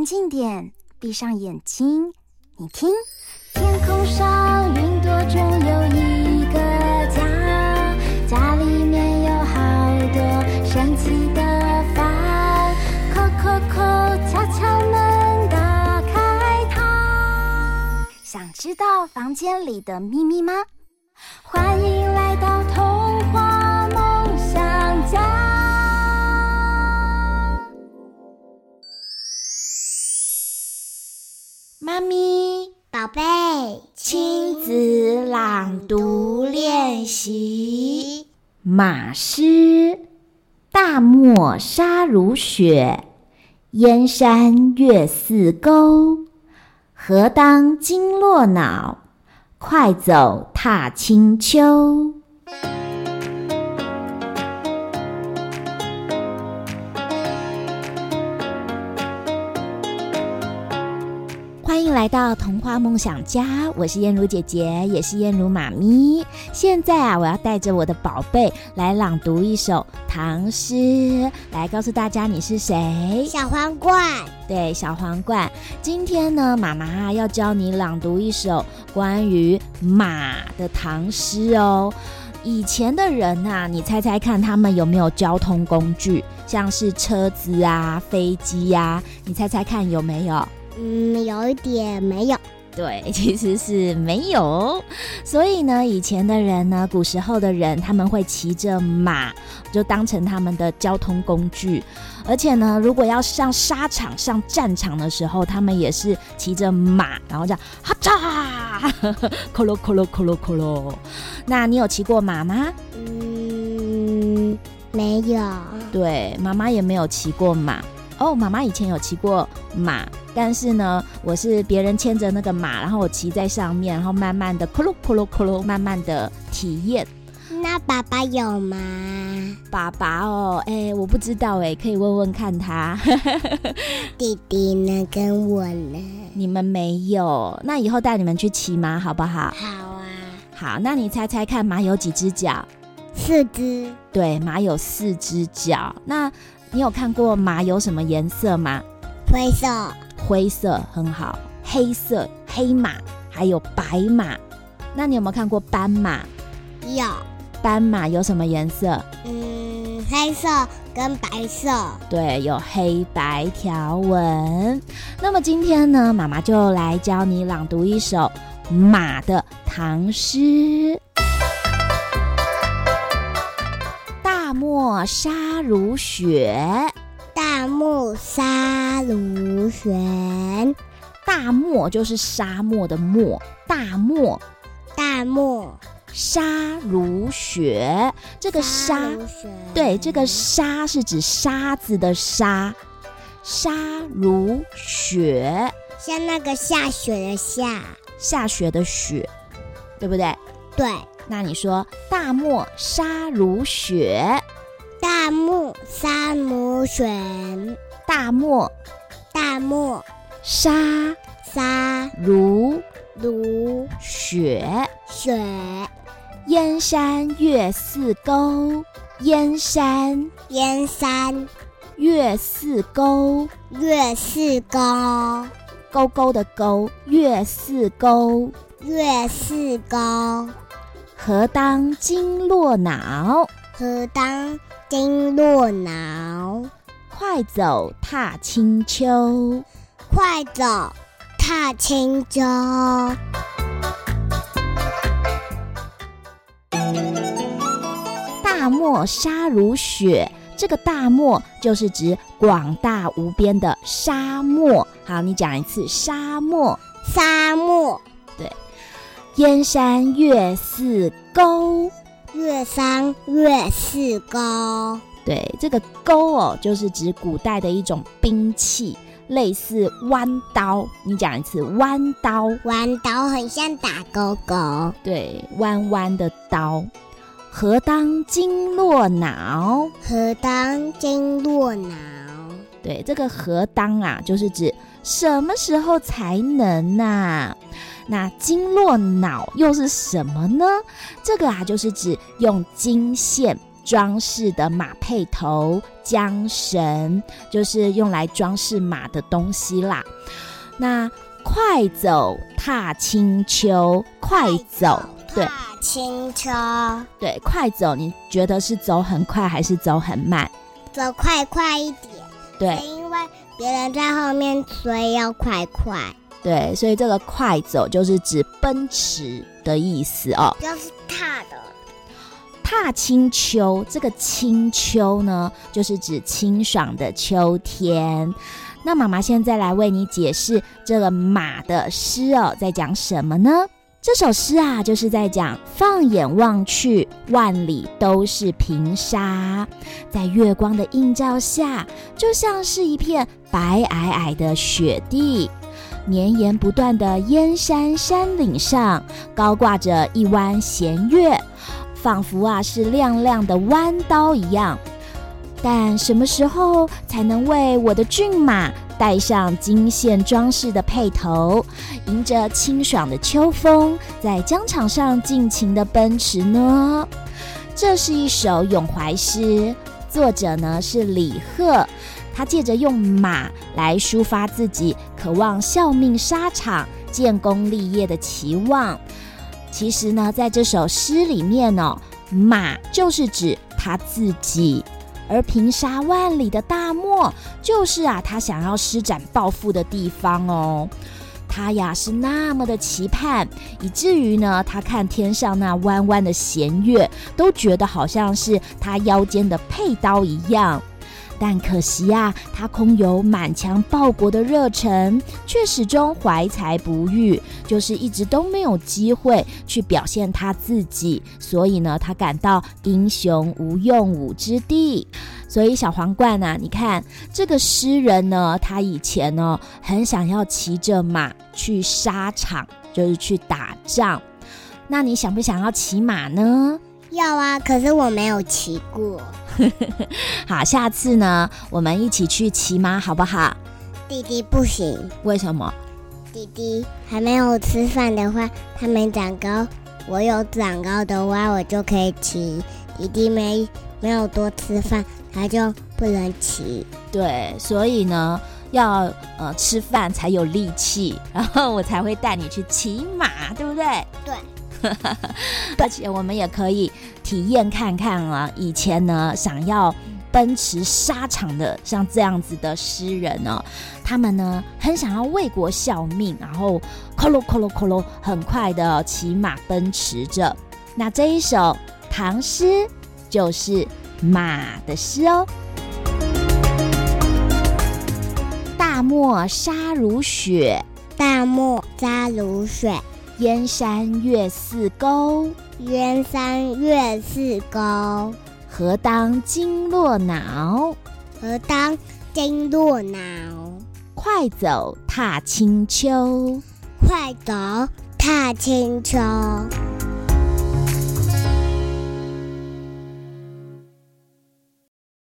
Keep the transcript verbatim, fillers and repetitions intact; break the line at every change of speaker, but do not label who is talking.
安静点，闭上眼睛，你听，天空上云朵中有一个家，家里面有好多神奇的饭，叩叩叩，敲敲门，打开它。想知道房间里的秘密吗？欢迎来到童话梦想家。妈咪，
宝贝，
亲子朗读练习。马诗，大漠沙如雪，燕山月似钩。何当金络脑，快走踏清秋。欢迎来到童话梦想家，我是燕如姐姐，也是燕如妈咪。现在啊，我要带着我的宝贝来朗读一首唐诗，来告诉大家你是谁。
小皇冠。
对，小皇冠。今天呢，妈妈要教你朗读一首关于马的唐诗哦。以前的人啊，你猜猜看他们有没有交通工具，像是车子啊、飞机啊，你猜猜看有没有？
嗯，有一点没有。
对，其实是没有。所以呢，以前的人呢，古时候的人，他们会骑着马，就当成他们的交通工具。而且呢，如果要上沙场、上战场的时候，他们也是骑着马，然后这样哈嚓，咯咯咯咯咯咯咯咯。那你有骑过马吗？
嗯，没有。
对，妈妈也没有骑过马。哦，妈妈以前有骑过马，但是呢，我是别人牵着那个马，然后我骑在上面，然后慢慢的，咯咯咯咯咯咯，慢慢的体验。
那爸爸有吗？
爸爸哦，哎，我不知道哎，可以问问看他。
弟弟呢？跟我呢？
你们没有，那以后带你们去骑马好不好？
好啊。
好，那你猜猜看，马有几只脚？
四只。
对，马有四只脚。那你有看过马有什么颜色吗？
灰色。
灰色很好。黑色，黑马，还有白马。那你有没有看过斑马？
有。
斑马有什么颜色？
嗯，黑色跟白色。
对，有黑白条纹。那么今天呢，妈妈就来教你朗读一首马的唐诗。大漠沙如雪，
大漠沙如雪。
大漠就是沙漠的漠，大漠。
大漠
沙如雪，这个沙，对，这个沙是指沙子的沙，沙如雪，
像那个下雪的下，
下雪的雪，对不对？
对。
那你说大漠沙如雪，
大漠沙如雪，
大漠
大漠
沙
沙
如
如
雪，
雪。
燕山月似钩，燕山
燕山
月似钩，
月似钩，
勾勾的勾，月似钩，
月似钩。
何当金络脑，
何当金络脑，
快走踏清秋，
快走踏清秋。
大漠沙如雪，这个大漠就是指广大无边的沙漠。好，你讲一次，沙漠。
沙漠。
对。燕山月似钩，
月山月似钩。
对，这个钩哦，就是指古代的一种兵器，类似弯刀。你讲一次，弯刀。
弯刀很像打勾勾。
对，弯弯的刀。何当金络脑，
何当金络脑。
对，这个何当啊，就是指什么时候才能啊？那经络脑又是什么呢？这个啊，就是指用经线
装饰的马配头、缰绳，就是用来装饰马的东西啦。那快走踏青丘，快走，对，
踏青丘，
对，快走，你觉得是走很快还是走很慢？
走快快一点。
对，
因为别人在后面，所以要快快。
对，所以这个快走就是指奔驰的意思哦。
就是踏的。
踏青丘，这个青丘呢，就是指清爽的秋天。那妈妈现在来为你解释这个马的诗哦，在讲什么呢？这首诗啊，就是在讲放眼望去，万里都是平沙，在月光的映照下，就像是一片白皑皑的雪地。绵延不断的燕山山岭上，高挂着一弯弦月，仿佛啊是亮亮的弯刀一样。但什么时候才能为我的骏马带上金线装饰的辔头，迎着清爽的秋风，在疆场上尽情的奔驰呢？这是一首咏怀诗，作者呢是李贺，他借着用马来抒发自己渴望效命沙场、建功立业的期望。其实呢，在这首诗里面哦，马就是指他自己。而平沙万里的大漠，就是啊，他想要施展抱负的地方哦。他呀是那么的期盼，以至于呢，他看天上那弯弯的弦月，都觉得好像是他腰间的佩刀一样。但可惜啊，他空有满腔报国的热忱，却始终怀才不遇，就是一直都没有机会去表现他自己，所以呢，他感到英雄无用武之地。所以小皇冠啊，你看这个诗人呢，他以前呢很想要骑着马去沙场，就是去打仗。那你想不想要骑马呢？
要啊，可是我没有骑过。
好，下次呢，我们一起去骑马好不好？
弟弟不行。
为什么？
弟弟还没有吃饭的话，他没长高，我有长高的话，我就可以骑。弟弟没没有多吃饭，他就不能骑。
对，所以呢，要呃吃饭才有力气，然后我才会带你去骑马，对不对？
对。
而且我们也可以体验看看啊，以前呢想要奔驰沙场的像这样子的诗人呢、哦，他们呢很想要为国效命，然后咯咯咯咯咯咯很快的骑马奔驰着。那这一首唐诗就是马的诗哦。大漠沙如雪，
大漠沙如雪。
燕山月似钩，
燕山月似钩。
何当金络脑，
何当金络脑。
快走踏青丘，
快走踏青丘。